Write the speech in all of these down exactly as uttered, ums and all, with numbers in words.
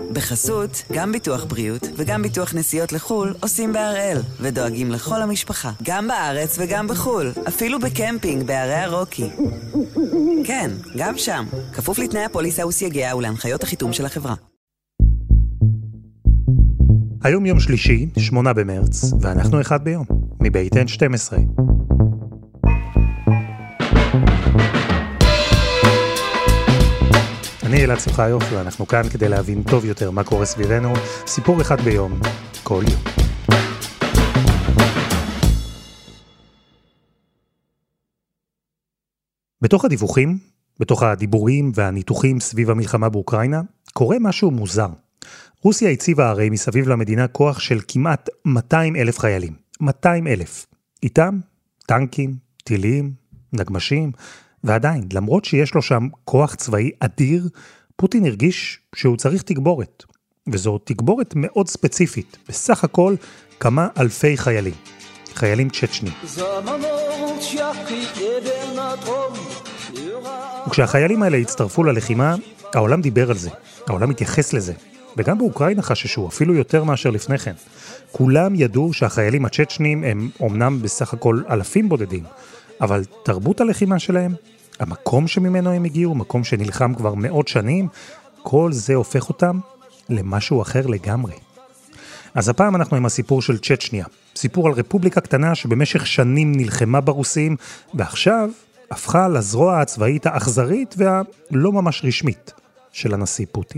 בחסות, גם ביטוח בריאות וגם ביטוח נסיעות לחול עושים בהראל, ודואגים לכל המשפחה, גם בארץ וגם בחול, אפילו בקמפינג בערי הרוקי. כן, גם שם, כפוף לתנאי הפוליסה וסייגיה ולהנחיות החיתום של החברה. היום יום שלישי, שמונה במרץ, ואנחנו אחד ביום, מבית אן שתים עשרה. אני אלעד שמחיוף, ואנחנו כאן כדי להבין טוב יותר מה קורה סביבנו, סיפור אחד ביום, כל יום. בתוך הדיווחים, בתוך הדיבורים והניתוחים סביב המלחמה באוקראינה, קורה משהו מוזר. רוסיה הציבה הרי מסביב למדינה כוח של כמעט מאתיים אלף חיילים. מאתיים אלף. איתם טנקים, טילים, נגמשים, ועדיין, למרות שיש לו שם כוח צבאי אדיר, פוטין הרגיש שהוא צריך תגבורת. וזו תגבורת מאוד ספציפית, בסך הכל כמה אלפי חיילים. חיילים צ'צ'נים. וכשהחיילים האלה הצטרפו ללחימה, העולם דיבר על זה. העולם התייחס לזה. וגם באוקראינה חששו, אפילו יותר מאשר לפני כן. כולם ידעו שהחיילים הצ'צ'נים הם אומנם בסך הכל אלפים בודדים, אבל תרבות הלחימה שלהם, המקום שממנו הם הגיעו, מקום שנלחם כבר מאות שנים, כל זה הופך אותם למשהו אחר לגמרי. אז הפעם אנחנו עם הסיפור של צ'צ'ניה, סיפור על רפובליקה קטנה שבמשך שנים נלחמה ברוסים, ועכשיו הפכה לזרוע הצבאית האכזרית והלא ממש רשמית של הנשיא פוטין.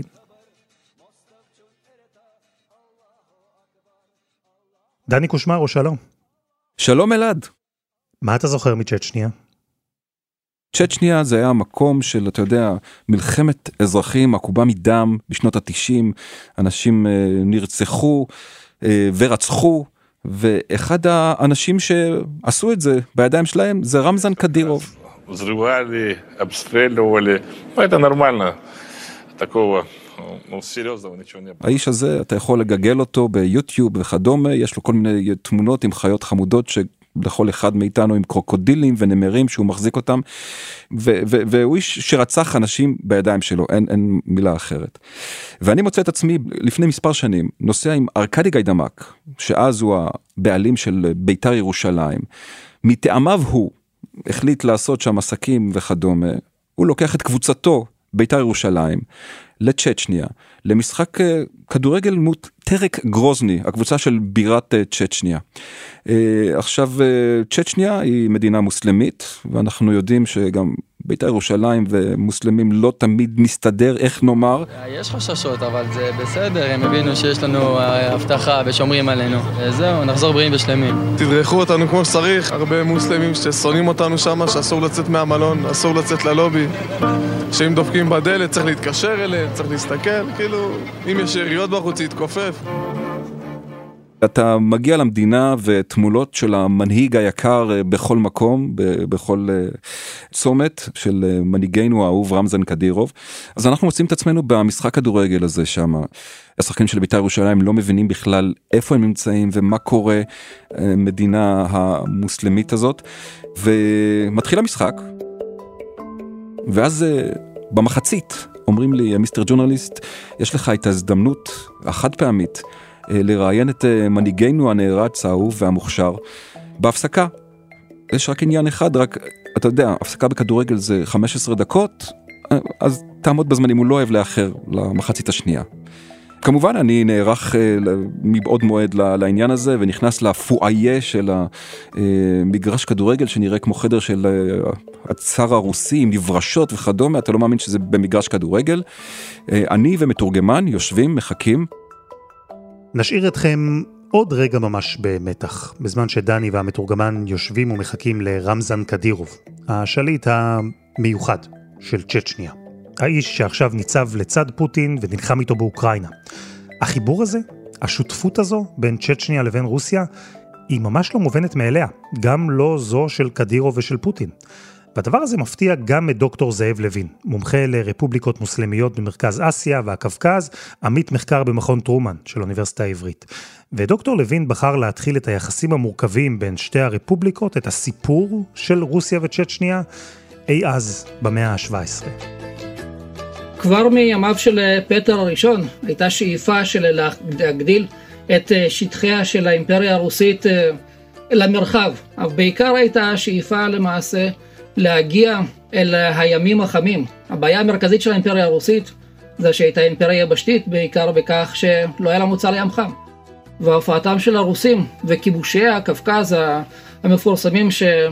דני קושמרו, שלום. שלום אלעד. מה אתה זוכר מצ'צ'ניה? צ'צ'ניה זה היה המקום של, אתה יודע, מלחמת אזרחים עקובה מדם בשנות ה-תשעים, אנשים אה, נרצחו אה, ורצחו, ואחד האנשים שעשו את זה בידיים שלהם זה רמזן קדירוב. Взрывали, обстреливали. Ну, это нормально. Такого, ну, серьезного ничего не было. האיש הזה, אתה יכול לגגל אותו ביוטיוב וכדומה, יש לו כל מיני תמונות עם חיות חמודות שלכל אחד מאיתנו עם קרוקודילים ונמרים שהוא מחזיק אותם, ו- ו- והוא איש שרצח אנשים בידיים שלו, אין, אין מילה אחרת. ואני מוצא את עצמי לפני מספר שנים, נוסע עם ארקדי גיידמק, שאז הוא הבעלים של ביתר ירושלים, מטעמיו הוא החליט לעשות שם עסקים וכדומה, הוא לוקח את קבוצתו ביתר ירושלים לצ'צ'ניה, למשחק כדורגל מות טרק גרוזני, הקבוצה של בירת צ'צ'ניה. עכשיו, צ'צ'ניה היא מדינה מוסלמית, ואנחנו יודעים שגם ביתר ירושלים ומוסלמים לא תמיד מסתדר, איך נאמר. יש חששות, אבל זה בסדר, הם הבינו שיש לנו הבטחה ושומרים עלינו. זהו, נחזור בריאים ושלמים. תדרכו אותנו כמו שצריך, הרבה מוסלמים ששונאים אותנו שם, שאסור לצאת מהמלון, אסור לצאת ללובי. שאם דופקים בדלת צריך להתקשר אליהם, צריך להסתכל, כאילו, אם יש יריות בחוץ, יתכופף. אתה מגיע למדינה ותמולות של המנהיג היקר בכל מקום, בכל צומת של מנהיגנו האהוב רמזן קדירוב. אז אנחנו מוצאים את עצמנו במשחק כדורגל הזה שם. השחקנים של בית"ר ירושלים לא מבינים בכלל איפה הם נמצאים ומה קורה מדינה המוסלמית הזאת. ומתחיל המשחק. ואז במחצית אומרים לי, מיסטר ג'ורנליסט, יש לך את ההזדמנות החד פעמית לראיין את מנהיגנו הנערץ האהוב והמוכשר בהפסקה. יש רק עניין אחד, רק, אתה יודע, הפסקה בכדורגל זה חמש עשרה דקות, אז תעמוד בזמנים, הוא לא אוהב לאחר למחצית השנייה. כמובן, אני נערך מבעוד מועד לעניין הזה, ונכנס לפואיה של המגרש כדורגל, שנראה כמו חדר של הצאר הרוסי, עם נברשות וכדומה, אתה לא מאמין שזה במגרש כדורגל. אני ומתורגמן יושבים, מחכים, נשאיר אתכם עוד רגע ממש במתח, בזמן שדני והמתורגמן יושבים ומחכים לרמזן קדירוב, השליט המיוחד של צ'צ'ניה. האיש שעכשיו ניצב לצד פוטין ונלחם איתו באוקראינה. החיבור הזה, השותפות הזו בין צ'צ'ניה לבין רוסיה, היא ממש לא מובנת מאליה, גם לא זו של קדירוב ושל פוטין. והדבר הזה מפתיע גם את דוקטור זאב לוין, מומחה לרפובליקות מוסלמיות במרכז אסיה והקווקז, עמית מחקר במכון טרומן של האוניברסיטה העברית. ודוקטור לוין בחר להתחיל את היחסים המורכבים בין שתי הרפובליקות, את הסיפור של רוסיה וצ'צ'ניה, אי אז במאה ה-שבע עשרה. כבר מימיו של פטר הראשון הייתה שאיפה של להגדיל את שטחיה של האימפריה הרוסית למרחב. אבל בעיקר הייתה שאיפה למעשה להגיע אל הימים החמים. הבעיה המרכזית של האימפריה הרוסית זה שהייתה אימפריה יבשתית, בעיקר בכך שלא היה לה מוצא לים חם. והופעתם של הרוסים וכיבושי הקווקז המפורסמים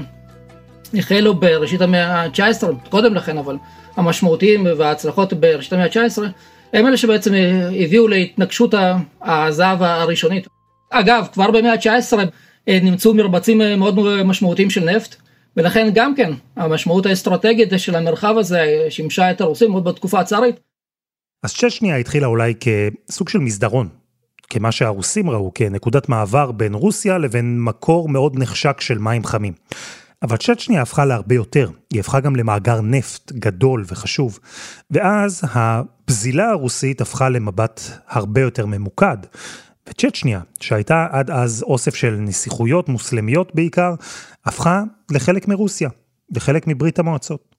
שהחלו בראשית המאה ה-תשע עשרה, קודם לכן, אבל המשמעותיים וההצלחות בראשית המאה ה-תשע עשרה, הם אלה שבעצם הביאו להתנגשות הזהב הראשונית. אגב, כבר במאה ה-תשע עשרה נמצאו מרבצים מאוד משמעותיים של נפט, ולכן גם כן המשמעות האסטרטגית של המרחב הזה שימשה את הרוסים עוד בתקופה הצארית. אז צ'צ'ניה התחילה אולי כסוג של מסדרון, כמה שהרוסים ראו כנקודת מעבר בין רוסיה לבין מקור מאוד נחשק של מים חמים. אבל צ'צ'ניה הפכה להרבה יותר, היא הפכה גם למאגר נפט גדול וחשוב, ואז הפזילה הרוסית הפכה למבט הרבה יותר ממוקד, וצ'צ'ניה, שהייתה עד אז אוסף של נסיכויות מוסלמיות בעיקר, הפכה לחלק מרוסיה, וחלק מברית המועצות.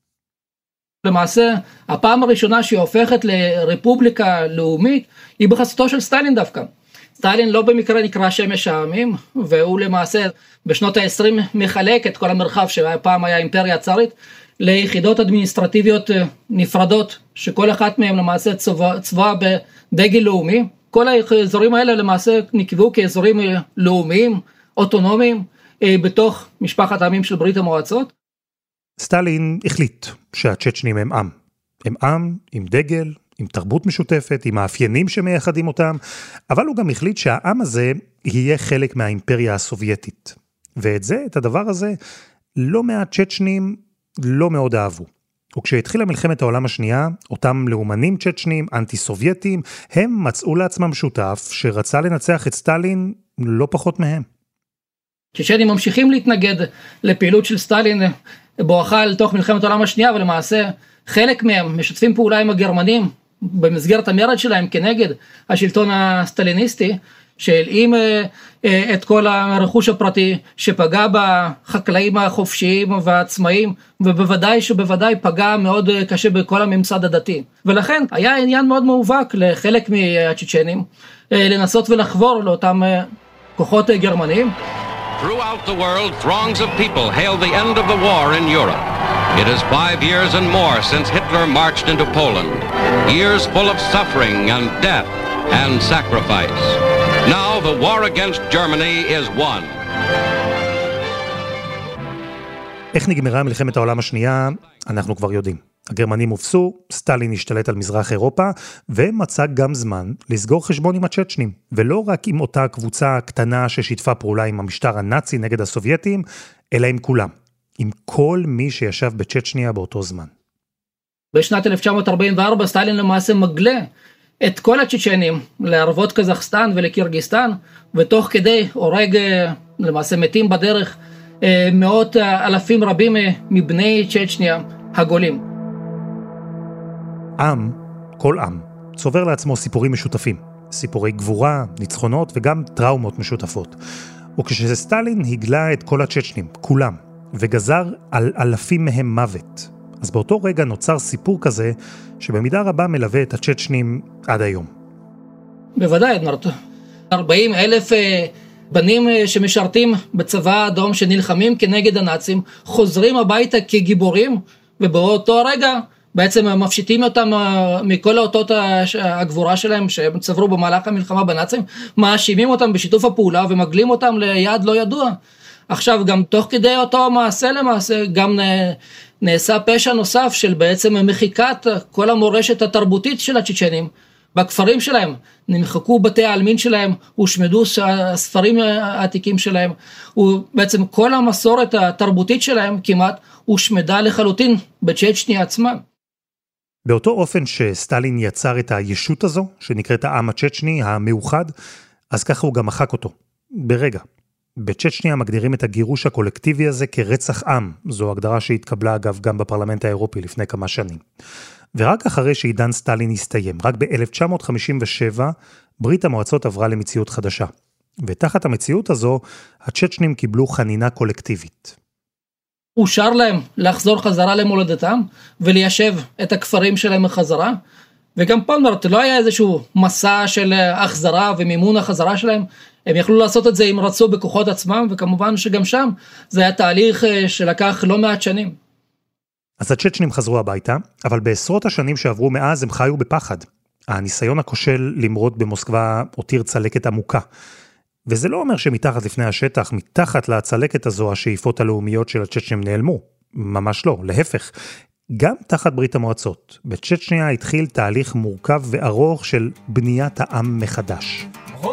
למעשה, הפעם הראשונה שהיא הופכת לרפובליקה לאומית, היא בחסותו של סטלין דווקא. סטלין לא במקרה נקרא שמש העמים, והוא למעשה בשנות ה-עשרים מחלק את כל המרחב שהפעם היה אימפריה צארית, ליחידות אדמיניסטרטיביות נפרדות, שכל אחת מהן למעשה צבוע, צבוע בדגל לאומי. כל האזורים האלה למעשה נקבעו כאזורים לאומיים, אוטונומיים, בתוך משפחת העמים של ברית המועצות. סטלין החליט שהצ'צ'נים הם עם. הם עם עם דגל, עם תרבות משותפת, עם מאפיינים שמייחדים אותם, אבל הוא גם החליט שהעם הזה יהיה חלק מהאימפריה הסובייטית. ואת זה, את הדבר הזה, לא מעט צ'צ'נים לא מאוד אהבו. וכשהתחילה מלחמת העולם השנייה, אותם לאומנים צ'צ'נים, אנטי-סובייטים, הם מצאו לעצמם שותף שרצה לנצח את סטלין לא פחות מהם. צ'צ'נים ממשיכים להתנגד לפעילות של סטלין בואכה לתוך מלחמת העולם השנייה, ולמעשה חלק מהם משתפים פעולה עם הגרמנים במסגרת המרד שלהם כנגד השלטון הסטליניסטי, שהלאים את כל הרכוש הפרטי, שפגע בחקלאים החופשיים והעצמאים, ובוודאי שבוודאי פגע מאוד קשה בכל הממסד הדתי. ולכן היה עניין מאוד מאובק לחלק מהצ'צ'נים לנסות ולחבור לאותם כוחות גרמניים. Throughout the world, throngs of people hail the end of the war in Europe. It is five years and more since Hitler marched into Poland. Years full of suffering and death and sacrifice. Now the war against Germany is won. איך נגמרה מלחמת העולם השנייה, אנחנו כבר יודעים. הגרמנים הופסו, סטלין השתלט על מזרח אירופה, ומצא גם זמן לסגור חשבון עם הצ'צ'נים, ולא רק עם אותה קבוצה קטנה ששיתפה פעולה עם המשטר הנאצי נגד הסובייטים, אלא עם כולם, עם כל מי שישב בצ'צ'ניה באותו זמן. בשנת אלף תשע מאות ארבעים וארבע סטלין למעשה מגלה את כל הצ'צ'נים לערבות קזחסטן ולקירגיסטן, ותוך כדי הורג למעשה מתים בדרך מאות אלפים רבים מבני צ'צ'ניה הגולים. עם, כל עם, צובר לעצמו סיפורים משותפים, סיפורי גבורה, ניצחונות וגם טראומות משותפות. וכשסטלין הגלה את כל הצ'צ'נים, כולם, וגזר על אלפים מהם מוות, אז באותו רגע נוצר סיפור כזה שבמידה רבה מלווה את הצ'צ'נים עד היום. בוודאי, אדמרט. ארבעים אלף בנים שמשרתים בצבא האדום שנלחמים כנגד הנאצים, חוזרים הביתה כגיבורים, ובאותו הרגע בעצם מפשיטים אותם מכל אותות הגבורה שלהם שהם צברו במהלך המלחמה בנאצים, מאשימים אותם בשיתוף הפעולה ומגלים אותם ליעד לא ידוע. עכשיו גם תוך כדי אותו מעשה למעשה גם נעשה פשע נוסף של בעצם מחיקת כל המורשת התרבותית של הצ'צ'נים. בכפרים שלהם נמחקו בתי העלמין שלהם, הושמדו הספרים העתיקים שלהם, ובעצם כל המסורת התרבותית שלהם כמעט הושמדה לחלוטין בצ'צ'ניה עצמה. באותו אופן שסטלין יצר את הישות הזו, שנקראת העם הצ'צ'ני המאוחד, אז ככה הוא גם מחק אותו, ברגע. בצ'צ'ניה מגדירים את הגירוש הקולקטיבי הזה כרצח עם, זו הגדרה שהתקבלה אגב גם בפרלמנט האירופי לפני כמה שנים. ורק אחרי שעידן סטלין הסתיים, רק ב-אלף תשע מאות חמישים ושבע, ברית המועצות עברה למציאות חדשה. ותחת המציאות הזו, הצ'צ'נים קיבלו חנינה קולקטיבית. אושר להם לחזור חזרה למולדתם, וליישב את הכפרים שלהם בחזרה, וגם פה אומרת, לא היה איזשהו מסע של החזרה ומימון החזרה שלהם, הם יכלו לעשות את זה אם רצו בכוחות עצמם, וכמובן שגם שם זה היה תהליך שלקח לא מעט שנים. אז הצ'צ'נים חזרו הביתה, אבל בעשרות השנים שעברו מאז הם חיו בפחד. הניסיון הכושל למרוד במוסקבה הותיר צלקת עמוקה. וזה לא אומר שמתחת לפני השטח, מתחת לצלקת הזו, השאיפות הלאומיות של הצ'צ'נים נעלמו. ממש לא, להפך. גם תחת ברית המועצות, בצ'צ'ניה התחיל תהליך מורכב וארוך של בניית העם מחדש.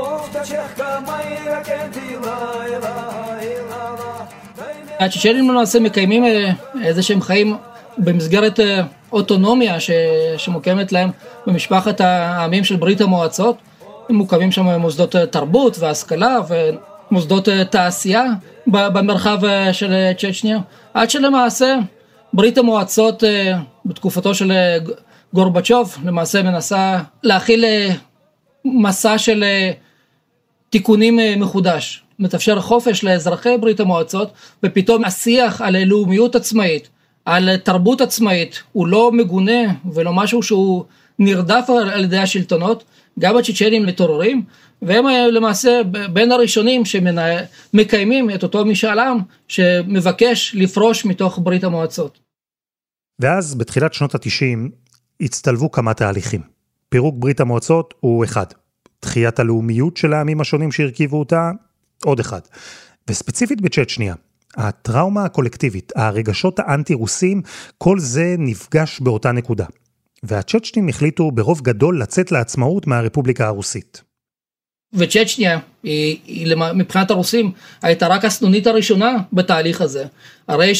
הצ'צ'נים למעשה מקיימים איזה שהם חיים במסגרת אוטונומיה ש... שמוקמת להם במשפחת העמים של ברית המועצות. הם מוקמים שם מוסדות תרבות והשכלה ומוסדות תעשייה במרחב של צ'צ'ניה, עד שלמעשה ברית המועצות בתקופתו של גורבצ'וב למעשה מנסה להכיל מסע של תיקונים מחודש, מתאפשר חופש לאזרחי ברית המועצות, ופתאום השיח על לאומיות עצמאית, על תרבות עצמאית, הוא לא מגונה ולא משהו שהוא נרדף על ידי השלטונות. גם הצ'צ'נים מתעוררים, והם למעשה בין הראשונים שמקיימים את אותו משאל עם שמבקש לפרוש מתוך ברית המועצות. ואז בתחילת שנות ה-תשעים הצטלבו כמה תהליכים. פירוק ברית המועצות הוא אחד. דחיית הלאומיות של העמים השונים שהרכיבו אותה, עוד אחד. וספציפית בצ'צ'ניה, הטראומה הקולקטיבית, הרגשות האנטי-רוסים, כל זה נפגש באותה נקודה. והצ'צ'נים החליטו ברוב גדול לצאת לעצמאות מהרפובליקה הרוסית. וצ'צ'ניה, היא, היא, מבחינת הרוסים, הייתה רק הסנונית הראשונה בתהליך הזה. הרי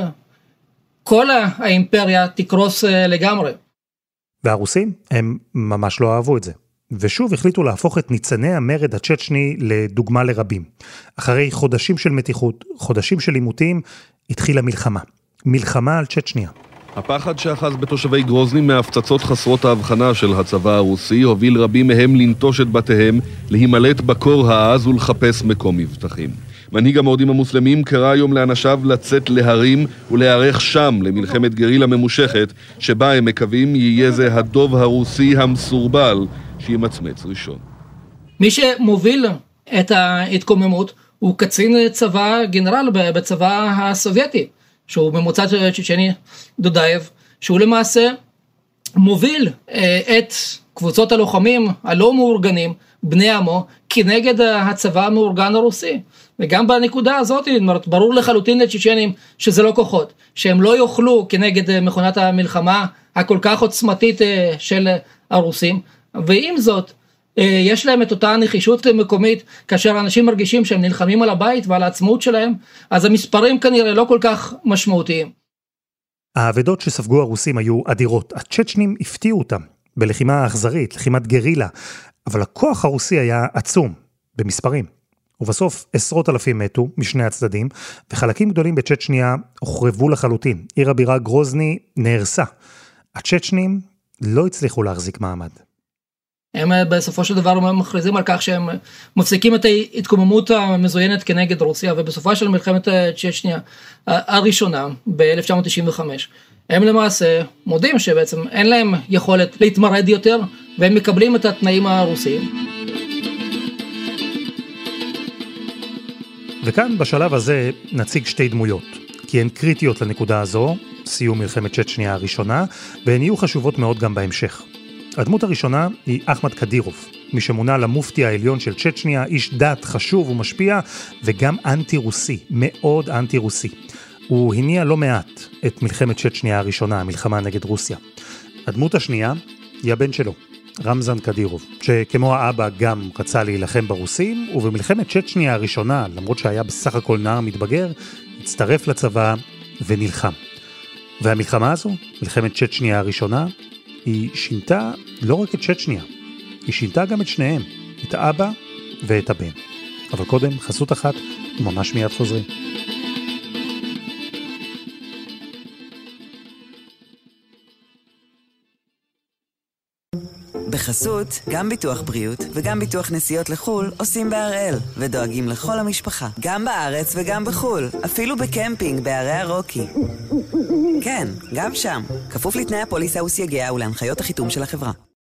שכל האימפריה תקרוס לגמרי. והרוסים, הם ממש לא אהבו את זה. ושוב החליטו להפוך את ניצני המרד הצ'צ'ני לדוגמה לרבים. אחרי חודשים של מתיחות, חודשים של עימותים, התחילה מלחמה. מלחמה על צ'צ'ניה. הפחד שאחז בתושבי גרוזני מהפצצות חסרות ההבחנה של הצבא הרוסי הוביל רבים מהם לנטוש את בתיהם, להימלט בקור העז ולחפש מקום מבטחים. מנהיג המורדים המוסלמים קרא היום לאנשיו לצאת להרים ולהיערך שם למלחמת גרילה ממושכת, שבה הם מקווים יהיה זה הדוב הרוסי המסורבל שימצמץ ראשון. מי שמוביל את ההתקוממות הוא קצין צבא גנרל בצבא הסובייטי, שהוא ממוצא צ'צ'ני דודאייב, שהוא למעשה מוביל את קבוצות הלוחמים הלא מאורגנים, בני עמו, כנגד הצבא המאורגן הרוסי. וגם בנקודה הזאת, ברור לחלוטין לצ'צ'נים שזה לא כוחות, שהם לא יוכלו כנגד מכונת המלחמה הכל כך עוצמתית של הרוסים, ועם זאת, יש להם את אותה נחישות מקומית, כאשר אנשים מרגישים שהם נלחמים על הבית ועל העצמאות שלהם, אז המספרים כנראה לא כל כך משמעותיים. העבדות שספגו הרוסים היו אדירות, הצ'צ'נים הפתיעו אותם, בלחימה אכזרית, לחימת גרילה, אבל הכוח הרוסי היה עצום, במספרים. ובסוף עשרות אלפים מתו משני הצדדים, וחלקים גדולים בצ'צ'ניה הוחרבו לחלוטין. עיר הבירה גרוזני נהרסה. הצ'צ'נים לא הצליחו להחזיק מעמד. הם בסופו של דבר מכריזים על כך שהם מפסיקים את ההתקוממות המזוינת כנגד רוסיה, ובסופה של מלחמת צ'צ'ניה הראשונה ב-אלף תשע מאות תשעים וחמש, הם למעשה מודים שבעצם אין להם יכולת להתמרד יותר, והם מקבלים את התנאים הרוסיים. וכאן בשלב הזה נציג שתי דמויות, כי הן קריטיות לנקודה הזו, סיום מלחמת צ'צ'ניה הראשונה, והן יהיו חשובות מאוד גם בהמשך. הדמות הראשונה היא אחמד קדירוב, מי שמונה למופתי העליון של צ'צ'ניה, איש דת חשוב ומשפיע, וגם אנטי-רוסי, מאוד אנטי-רוסי. הוא הניע לא מעט את מלחמת צ'צ'ניה הראשונה, המלחמה נגד רוסיה. הדמות השנייה היא הבן שלו, רמזן קדירוב, שכמו האבא גם רצה להילחם ברוסים, ובמלחמת צ'צ'ניה הראשונה, למרות שהיה בסך הכל נער מתבגר, הצטרף לצבא ונלחם. והמלחמה הזו, מלחמת צ'צ'ניה הראשונה, היא שינתה לא רק את צ'צ'ניה, היא שינתה גם את שניהם, את האבא ואת הבן. אבל קודם, חסות אחת, וממש מיד חוזרים. בחסות, גם ביטוח בריאות וגם ביטוח נסיעות לחול עושים בהראל, ודואגים לכל המשפחה, גם בארץ וגם בחול, אפילו בקמפינג בערי הרוקי. כן, גם שם, כפוף לתנאי הפוליסה וסייגיה ולהנחיות החיתום של החברה.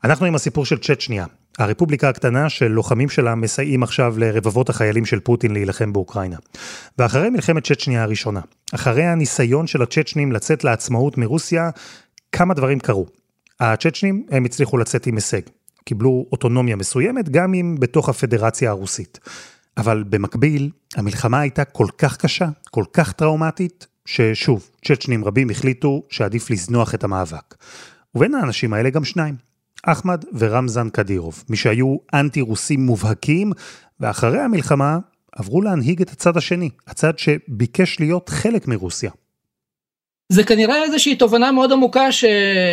אנחנו עם הסיפור של צ'צ'ניה, הרפובליקה הקטנה של לוחמים שלה מסייעים עכשיו לרבבות החיילים של פוטין להילחם באוקראינה. ואחרי מלחמת צ'צ'ניה הראשונה, אחרי הניסיון של הצ'צ'נים לצאת לעצמאות מרוסיה, כמה דברים קרו. הצ'צ'נים הם הצליחו לצאת עם הישג, קיבלו אוטונומיה מסוימת גם אם בתוך הפדרציה הרוסית. אבל במקביל, המלחמה הייתה כל כך קשה, כל כך טראומטית, ששוב, צ'צ'נים רבים החליטו שעדיף לזנוח את המאבק. ובין האנשים האלה גם שניים, אחמד ורמזן קדירוב, מי שהיו אנטי-רוסים מובהקים, ואחרי המלחמה עברו להנהיג את הצד השני, הצד שביקש להיות חלק מרוסיה. זה כנראה איזושהי תובנה מאוד עמוקה ש...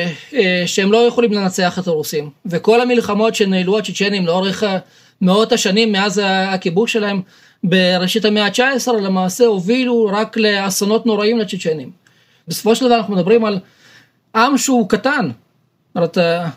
שהם לא יכולים לנצח את הרוסים. וכל המלחמות שנהלו הצ'צ'נים לאורך מאות השנים מאז הכיבוש שלהם, בראשית המאה ה-תשע עשרה למעשה הובילו רק לאסונות נוראים לצ'צ'נים. בסופו של דבר אנחנו מדברים על עם שהוא קטן. זאת אומרת,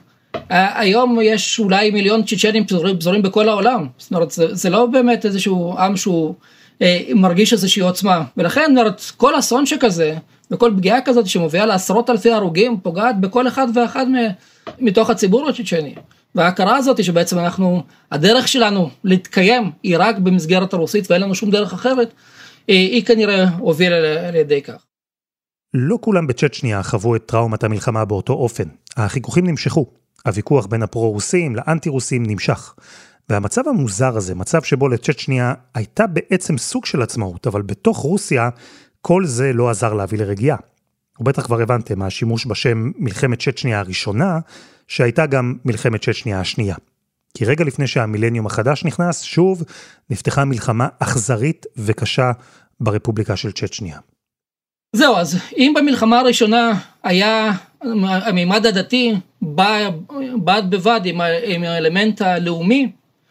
היום יש אולי מיליון צ'צ'נים פזורים בכל העולם. זאת אומרת, זה, זה לא באמת איזשהו עם שהוא אה, מרגיש איזושהי עוצמה. ולכן, אומרת, כל אסון שכזה, וכל פגיעה כזאת שמובילה לעשרות אלפי הרוגים, פוגעת בכל אחד ואחד מתוך הציבור הצ'צ'ני. וההכרה הזאת שבעצם אנחנו, הדרך שלנו להתקיים היא רק במסגרת הרוסית, ואין לנו שום דרך אחרת, היא, היא כנראה הובילה על ידי כך. לא כולם בצ'צ'ניה חוו את טראומת המלחמה באותו אופן. החיכוכים נמשכו. הוויכוח בין הפרו-רוסים לאנטי-רוסים נמשך. והמצב המוזר הזה, מצב שבו לצ'צ'ניה הייתה בעצם סוג של עצמאות, אבל בתוך רוסיה כל זה לא עזר להביא לרגיעה. ובטח כבר הבנתם, השימוש בשם מלחמת צ'צ'ניה הראשונה, שהייתה גם מלחמת צ'צ'ניה השנייה. כי רגע לפני שהמילניום החדש נכנס, שוב נפתחה מלחמה אכזרית וקשה ברפובליקה של צ'צ'ניה. זהו, אז אם במלחמה הראשונה היה המימד הדתי בד בבד עם, עם האלמנט הלאומי,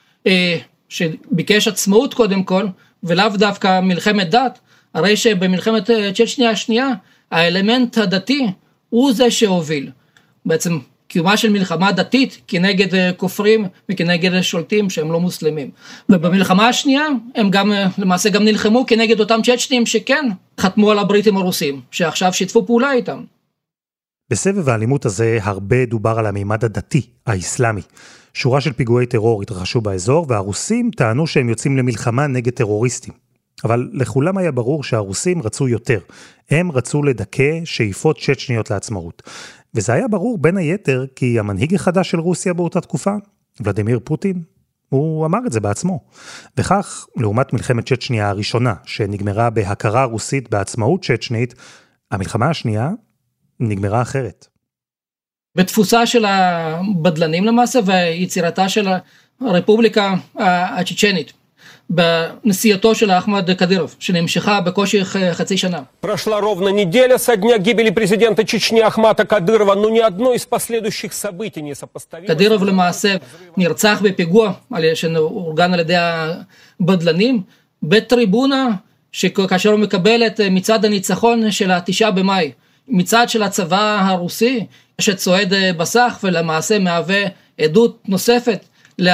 שביקש עצמאות קודם כל, ולאו דווקא מלחמת דת, הרי שבמלחמת צ'צ'ניה השנייה, האלמנט הדתי הוא זה שהוביל. בעצם קיומה של מלחמה דתית כנגד כופרים וכנגד שולטים שהם לא מוסלמים. ובמלחמה השנייה הם גם למעשה גם נלחמו כנגד אותם צ'צ'נים שכן חתמו על הברית עם הרוסים, שעכשיו שיתפו פעולה איתם. בסבב האלימות הזה הרבה דובר על המימד הדתי, האסלאמי. שורה של פיגועי טרור התרחשו באזור, והרוסים טענו שהם יוצאים למלחמה נגד טרוריסטים. אבל לכולם היה ברור שהרוסים רצו יותר. הם רצו לדכא שאיפות צ'צ'ניות לעצמאות. וזה היה ברור בין היתר כי המנהיג החדש של רוסיה באותה תקופה, ולדימיר פוטין, הוא אמר את זה בעצמו. וכך, לעומת מלחמת צ'צ'ניה הראשונה, שנגמרה בהכרה רוסית בעצמאות צ'צ'נית, המלחמה השנייה נגמרה אחרת. בתפוסה של הבדלנים למעשה, ויצירתה של הרפובליקה הצ'צ'נית, בנסיעתו של אחמד קדירוב, שנמשכה בקושי חצי שנה. Прошла ровно неделя со дня гибели президента Чечни Ахмата Кадырова, но ни одно из последующих событий не сопоставимо. קדירוב למעשה נרצח בפיגוע שאורגן על ידי הבדלנים, בטריבונה, שכאשר הוא מקבל את מצעד הניצחון של התשעה במאי, מצעד של הצבא הרוסי, שצועד בסך ולמעשה מהווה עדות נוספת ל...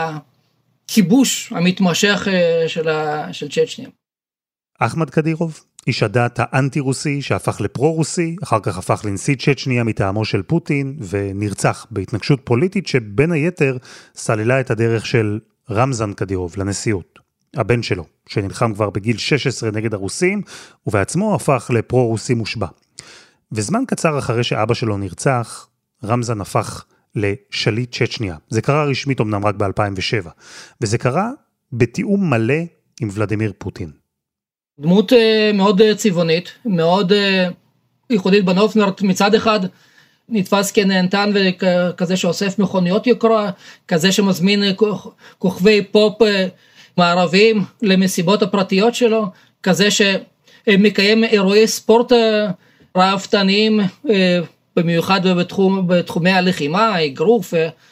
כיבוש המתמשך של, ה... של צ'צ'ניה. אחמד קדירוב, איש הדת האנטי-רוסי שהפך לפרו-רוסי, אחר כך הפך לנשיא צ'צ'ניה מטעמו של פוטין, ונרצח בהתנגשות פוליטית שבין היתר סללה את הדרך של רמזן קדירוב לנשיאות. הבן שלו, שנלחם כבר בגיל שש עשרה נגד הרוסים, ובעצמו הפך לפרו-רוסי מושבע. וזמן קצר אחרי שאבא שלו נרצח, רמזן הפך לשליט צ'צ'ניה. זה קרה רשמית אמנם רק ב-אלפיים ושבע, וזה קרה בתיאום מלא עם ולדימיר פוטין. דמות מאוד צבעונית, מאוד ייחודית בנוף, מצד אחד נתפס כנהנתן וכזה שאוסף מכוניות יקרה, כזה שמזמין כוכבי פופ מערביים למסיבות הפרטיות שלו, כזה שמקיים אירועי ספורט רעבתניים, במיוחד בתחום, בתחומי הלחימה, האגרוף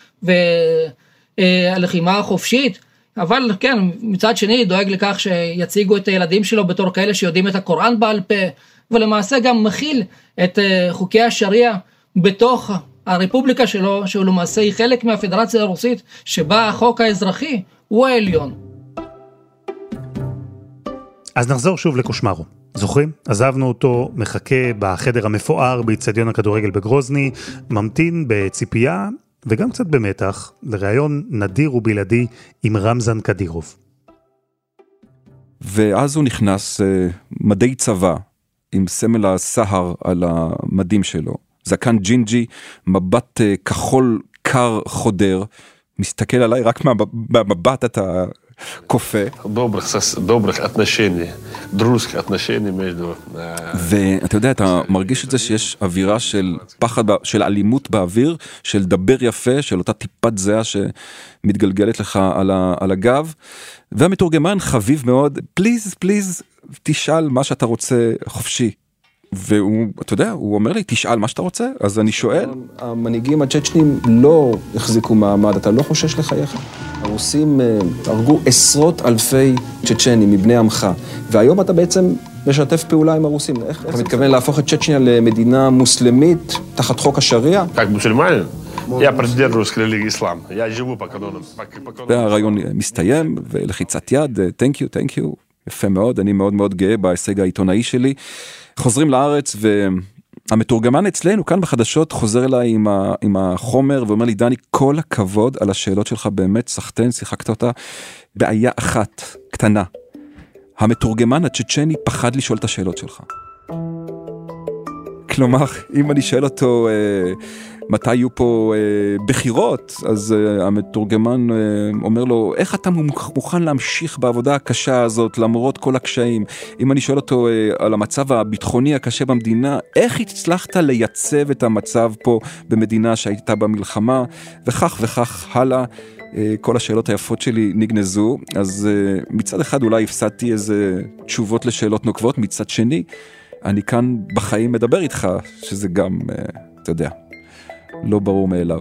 והלחימה החופשית, אבל כן, מצד שני דואג לכך שיציגו את הילדים שלו בתור כאלה שיודעים את הקוראן בעל פה, ולמעשה גם מכיל את חוקי השריעה בתוך הרפובליקה שלו, שהוא למעשה היא חלק מהפדרציה הרוסית, שבה החוק האזרחי הוא העליון. אז נחזור שוב לקושמרו. זוכרים? עזבנו אותו, מחכה בחדר המפואר באצטדיון הכדורגל בגרוזני, ממתין בציפייה וגם קצת במתח, לראיון נדיר ובלעדי עם רמזן קדירוב. ואז הוא נכנס מדי צבא, עם סמל הסהר על המדים שלו. זקן ג'ינג'י, מבט כחול קר חודר, מסתכל עליי רק מהמבט אתה קופה. דוברך אתנשני, דרוסק אתנשני между. ואתה יודע, אתה מרגיש את זה שיש אווירה של פחד, של אלימות באוויר, של דבר יפה, של אותה טיפת זהה שמתגלגלת לך על הגב, והמתורגמן חביב מאוד, פליז, פליז, תשאל מה שאתה רוצה חופשי. והוא, אתה יודע, הוא אומר לי, תשאל מה שאתה רוצה, אז אני שואל. המנהיגים הצ'צ'נים לא החזיקו מעמד, אתה לא חושש לחייך. הרוסים הרגו עשרות אלפי צ'צ'נים מבני עמך, והיום אתה בעצם משתף פעולה עם הרוסים. איך אתה מתכוון להפוך את צ'צ'ניה למדינה מוסלמית תחת חוק השריעה? Как мусульманин, я придерживаюсь к религии ислам. Я живу по канонам. והרעיון מסתיים, ולחיצת יד, thank you, thank you. יפה מאוד, אני מאוד מאוד גאה בהישג העיתונאי שלי. חוזרים לארץ, והמתורגמן אצלנו, כאן בחדשות, חוזר אליי עם, ה, עם החומר, ואומר לי, דני, כל הכבוד על השאלות שלך, באמת סחטן, שיחקת אותה. בעיה אחת, קטנה. המתורגמן הצ'צ'ני פחד לשאול את השאלות שלך. כלומר, אם אני שואל אותו, אה, מתי יהיו פה אה, בחירות, אז אה, המתורגמן אה, אומר לו, איך אתה מוכן להמשיך בעבודה הקשה הזאת, למרות כל הקשיים? אם אני שואל אותו אה, על המצב הביטחוני הקשה במדינה, איך הצלחת לייצב את המצב פה במדינה שהייתה במלחמה, וכך וכך הלאה. אה, כל השאלות היפות שלי נגנזו, אז אה, מצד אחד אולי הפסדתי איזה תשובות לשאלות נוקבות, מצד שני, אני כאן בחיים מדבר איתך, שזה גם, אה, אתה יודע, לא ברור מאליו.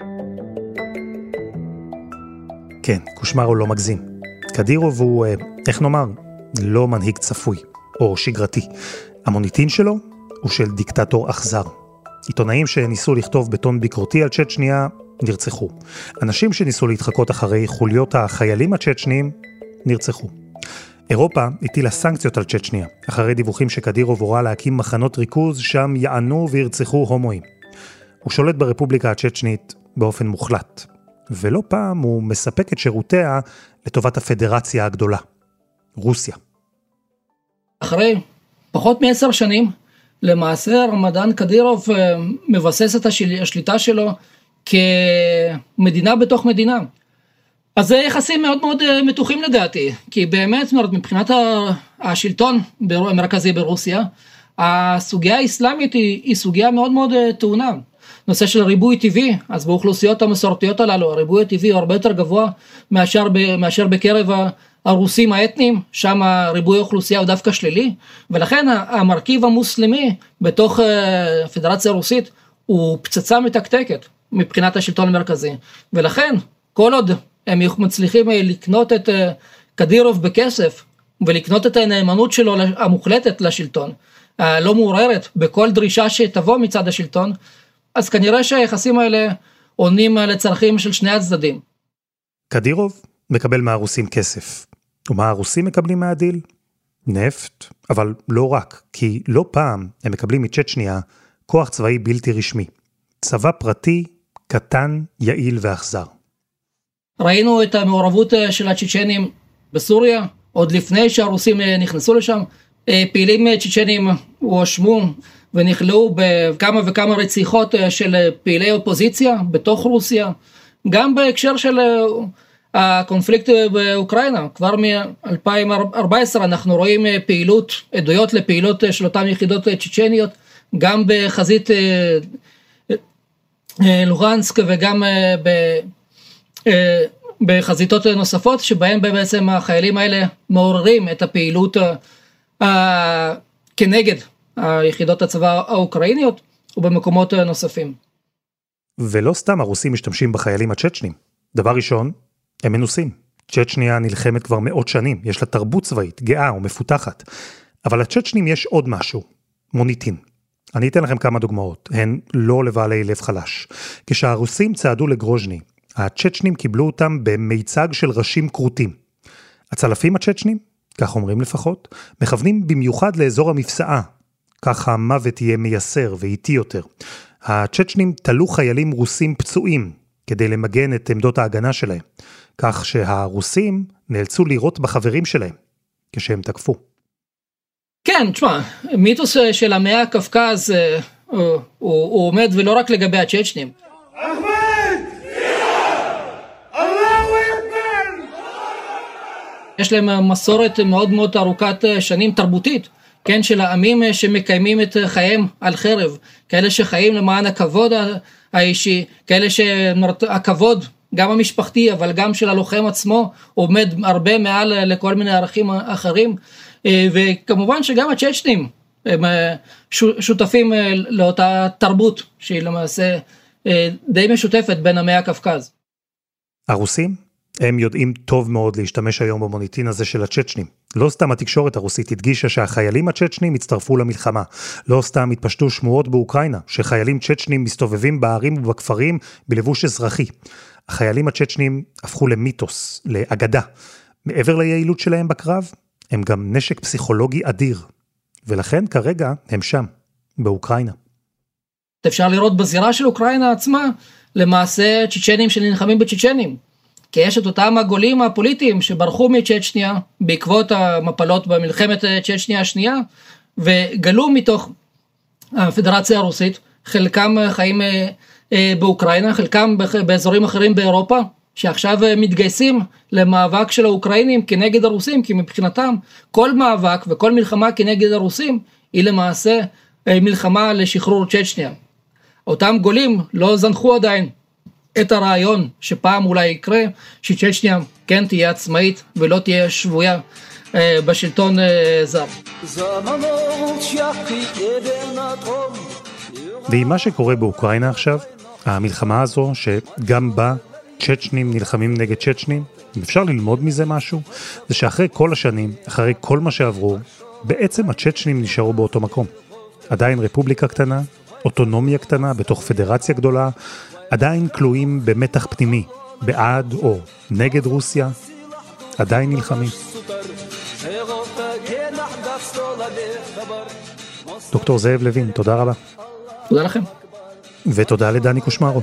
כן, קושמרו לא מגזים. קדירוב הוא, איך נאמר, לא מנהיג צפוי, או שגרתי. המוניטין שלו הוא של דיקטטור אכזר. עיתונאים שניסו לכתוב בטון ביקורתי על צ'צ'ניה נרצחו. אנשים שניסו להתחקות אחרי חוליות החיילים הצ'צ'ניים נרצחו. אירופה הטילה סנקציות על צ'צ'ניה, אחרי דיווחים שקדירוב הורה להקים מחנות ריכוז שם יענו וירצחו הומואים. הוא שולט ברפובליקה הצ'צ'נית באופן מוחלט, ולא פעם הוא מספק את שירותיה לטובת הפדרציה הגדולה, רוסיה. אחרי פחות מעשר שנים, למעשה רמזן קדירוב מבסס את השליטה שלו כמדינה בתוך מדינה. אז זה יחסים מאוד מאוד מתוחים לדעתי, כי באמת מבחינת השלטון המרכזי ברוסיה, הסוגיה האסלאמית היא, היא סוגיה מאוד מאוד טעונה. נושא של ריבוי טבעי, אז באוכלוסיות המסורתיות הללו, הריבוי הטבעי הוא הרבה יותר גבוה מאשר, מאשר בקרב הרוסים האתניים, שם הריבוי האוכלוסייה הוא דווקא שלילי, ולכן המרכיב המוסלמי בתוך הפדרציה הרוסית הוא פצצה מתקתקת מבחינת השלטון המרכזי, ולכן כל עוד הם מצליחים לקנות את קדירוב בכסף, ולקנות את הנאמנות שלו המוחלטת לשלטון, לא מעוררת בכל דרישה שתבוא מצד השלטון, אז כנראה שהיחסים האלה עונים לצרכים של שני הצדדים. קדירוב מקבל מהרוסים כסף. ומה הרוסים מקבלים מהדיל? נפט, אבל לא רק, כי לא פעם הם מקבלים מצ'צ'ניה כוח צבאי בלתי רשמי. צבא פרטי, קטן, יעיל ואכזר. ראינו את המעורבות של הצ'צ'נים בסוריה, עוד לפני שהרוסים נכנסו לשם. פעילים צ'צ'נים הואשמו ונכלאו בכמה וכמה רציחות של פעילי אופוזיציה בתוך רוסיה, גם בהקשר של הקונפליקט באוקראינה. כבר מ-אלפיים וארבע עשרה אנחנו רואים פעילות, עדויות לפעילות של אותן יחידות צ'צ'ניות, גם בחזית לוגנסק וגם בחזיתות נוספות, שבהם בעצם החיילים האלה מעוררים את הפעילות כנגד היחידות הצבא האוקראיניות ובמקומות נוספים. ולא סתם הרוסים משתמשים בחיילים הצ'צ'נים. דבר ראשון, הם מנוסים. צ'צ'ניה נלחמת כבר מאות שנים, יש לה תרבות צבאית, גאה ומפותחת. אבל לצ'צ'נים יש עוד משהו, מוניטין. אני אתן לכם כמה דוגמאות, הן לא לבעלי לב חלש. כשהרוסים צעדו לגרוז'ני, הצ'צ'נים קיבלו אותם במיצג של ראשים קרוטים. הצלפים הצ'צ'נים, כך אומרים לפחות, מכוונים במיוחד לאזור המפסעה, כך המוות יהיה מייסר ואיטי יותר. הצ'צ'נים תלו חיילים רוסים פצועים, כדי למגן את עמדות ההגנה שלהם, כך שהרוסים נאלצו לירות בחברים שלהם, כשהם תקפו. כן, תשמע, מיתוס של המאה הקווקז, הוא, הוא, הוא עומד ולא רק לגבי הצ'צ'נים. יש להם מסורת מאוד מאוד ארוכת שנים תרבותית, כן, של העמים שמקיימים את חייהם על חרב, כאלה שחיים למען הכבוד האישי, כאלה שהכבוד, גם המשפחתי, אבל גם של הלוחם עצמו, עומד הרבה מעל לכל מיני ערכים אחרים, וכמובן שגם הצ'צ'נים הם שותפים לאותה תרבות, שהיא למעשה די משותפת בין עמי הקווקז. הרוסים? הם יודעים טוב מאוד להשתמש היום במוניטין הזה של הצ'צ'נים. לא סתם התקשורת הרוסית הדגישה שהחיילים הצ'צ'נים הצטרפו למלחמה. לא סתם התפשטו שמועות באוקראינה, שחיילים צ'צ'נים מסתובבים בערים ובכפרים בלבוש אזרחי. החיילים הצ'צ'נים הפכו למיתוס, לאגדה. מעבר ליעילות שלהם בקרב, הם גם נשק פסיכולוגי אדיר. ולכן כרגע הם שם, באוקראינה. אפשר לראות בזירה של אוקראינה עצמה, למעשה צ'צ'נים שנלחמים בצ'צ'נים. כי יש את אותם הגולים הפוליטיים שברחו מצ'צ'ניה בעקבות המפלות במלחמת צ'צ'ניה השנייה, וגלו מתוך הפדרציה הרוסית, חלקם חיים באוקראינה, חלקם באזורים אחרים באירופה, שעכשיו מתגייסים למאבק של האוקראינים כנגד הרוסים, כי מבחינתם כל מאבק וכל מלחמה כנגד הרוסים היא למעשה מלחמה לשחרור צ'צ'ניה. אותם גולים לא זנחו עדיין את הרעיון שפעם אולי יקרה שצ'צ'ניה כן תהיה עצמאית ולא תהיה שבויה אה, בשלטון אה, זר. ועם מה שקורה באוקראינה עכשיו, המלחמה הזו שגם בה צ'צ'נים נלחמים נגד צ'צ'נים, אפשר ללמוד מזה משהו, זה שאחרי כל השנים, אחרי כל מה שעברו, בעצם הצ'צ'נים נשארו באותו מקום. עדיין רפובליקה קטנה, אוטונומיה קטנה בתוך פדרציה גדולה, עדיין כלואים במתח פנימי, בעד או נגד רוסיה, עדיין נלחמים. דוקטור זאב לוין, תודה רבה. תודה לכם. ותודה לדני קושמרו.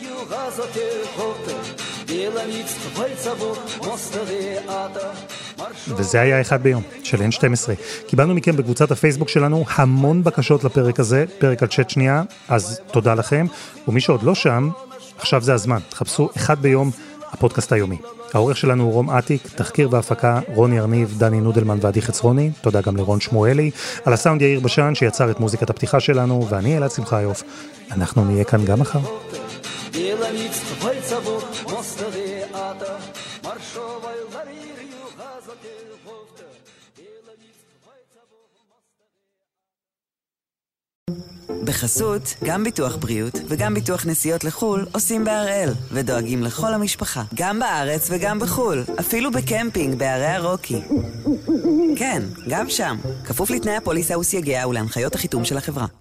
וזה היה אחד ביום של אן שתים עשרה. קיבלנו מכם בקבוצת הפייסבוק שלנו המון בקשות לפרק הזה, פרק על צ'צ'ניה, אז תודה לכם. ומי שעוד לא שם, עכשיו זה הזמן. חפשו אחד ביום הפודקאסט היומי. העורך שלנו הוא רום עתיק, תחקיר והפקה רוני ארניב, דני נודלמן ועדי חצרוני. תודה גם לרון שמואלי. על הסאונד יאיר בשן שיצר את מוזיקת הפתיחה שלנו, ואני אלעד שמחיוף. אנחנו נהיה כאן גם מחר. בחסות, גם ביטוח בריאות וגם ביטוח נסיעות לחול עושים בהראל ודואגים לכל המשפחה, גם בארץ וגם בחול, אפילו בקמפינג בערי הרוקי. כן, גם שם, כפוף לתנאי הפוליסה וסייגיה ולהנחיות החיתום של החברה.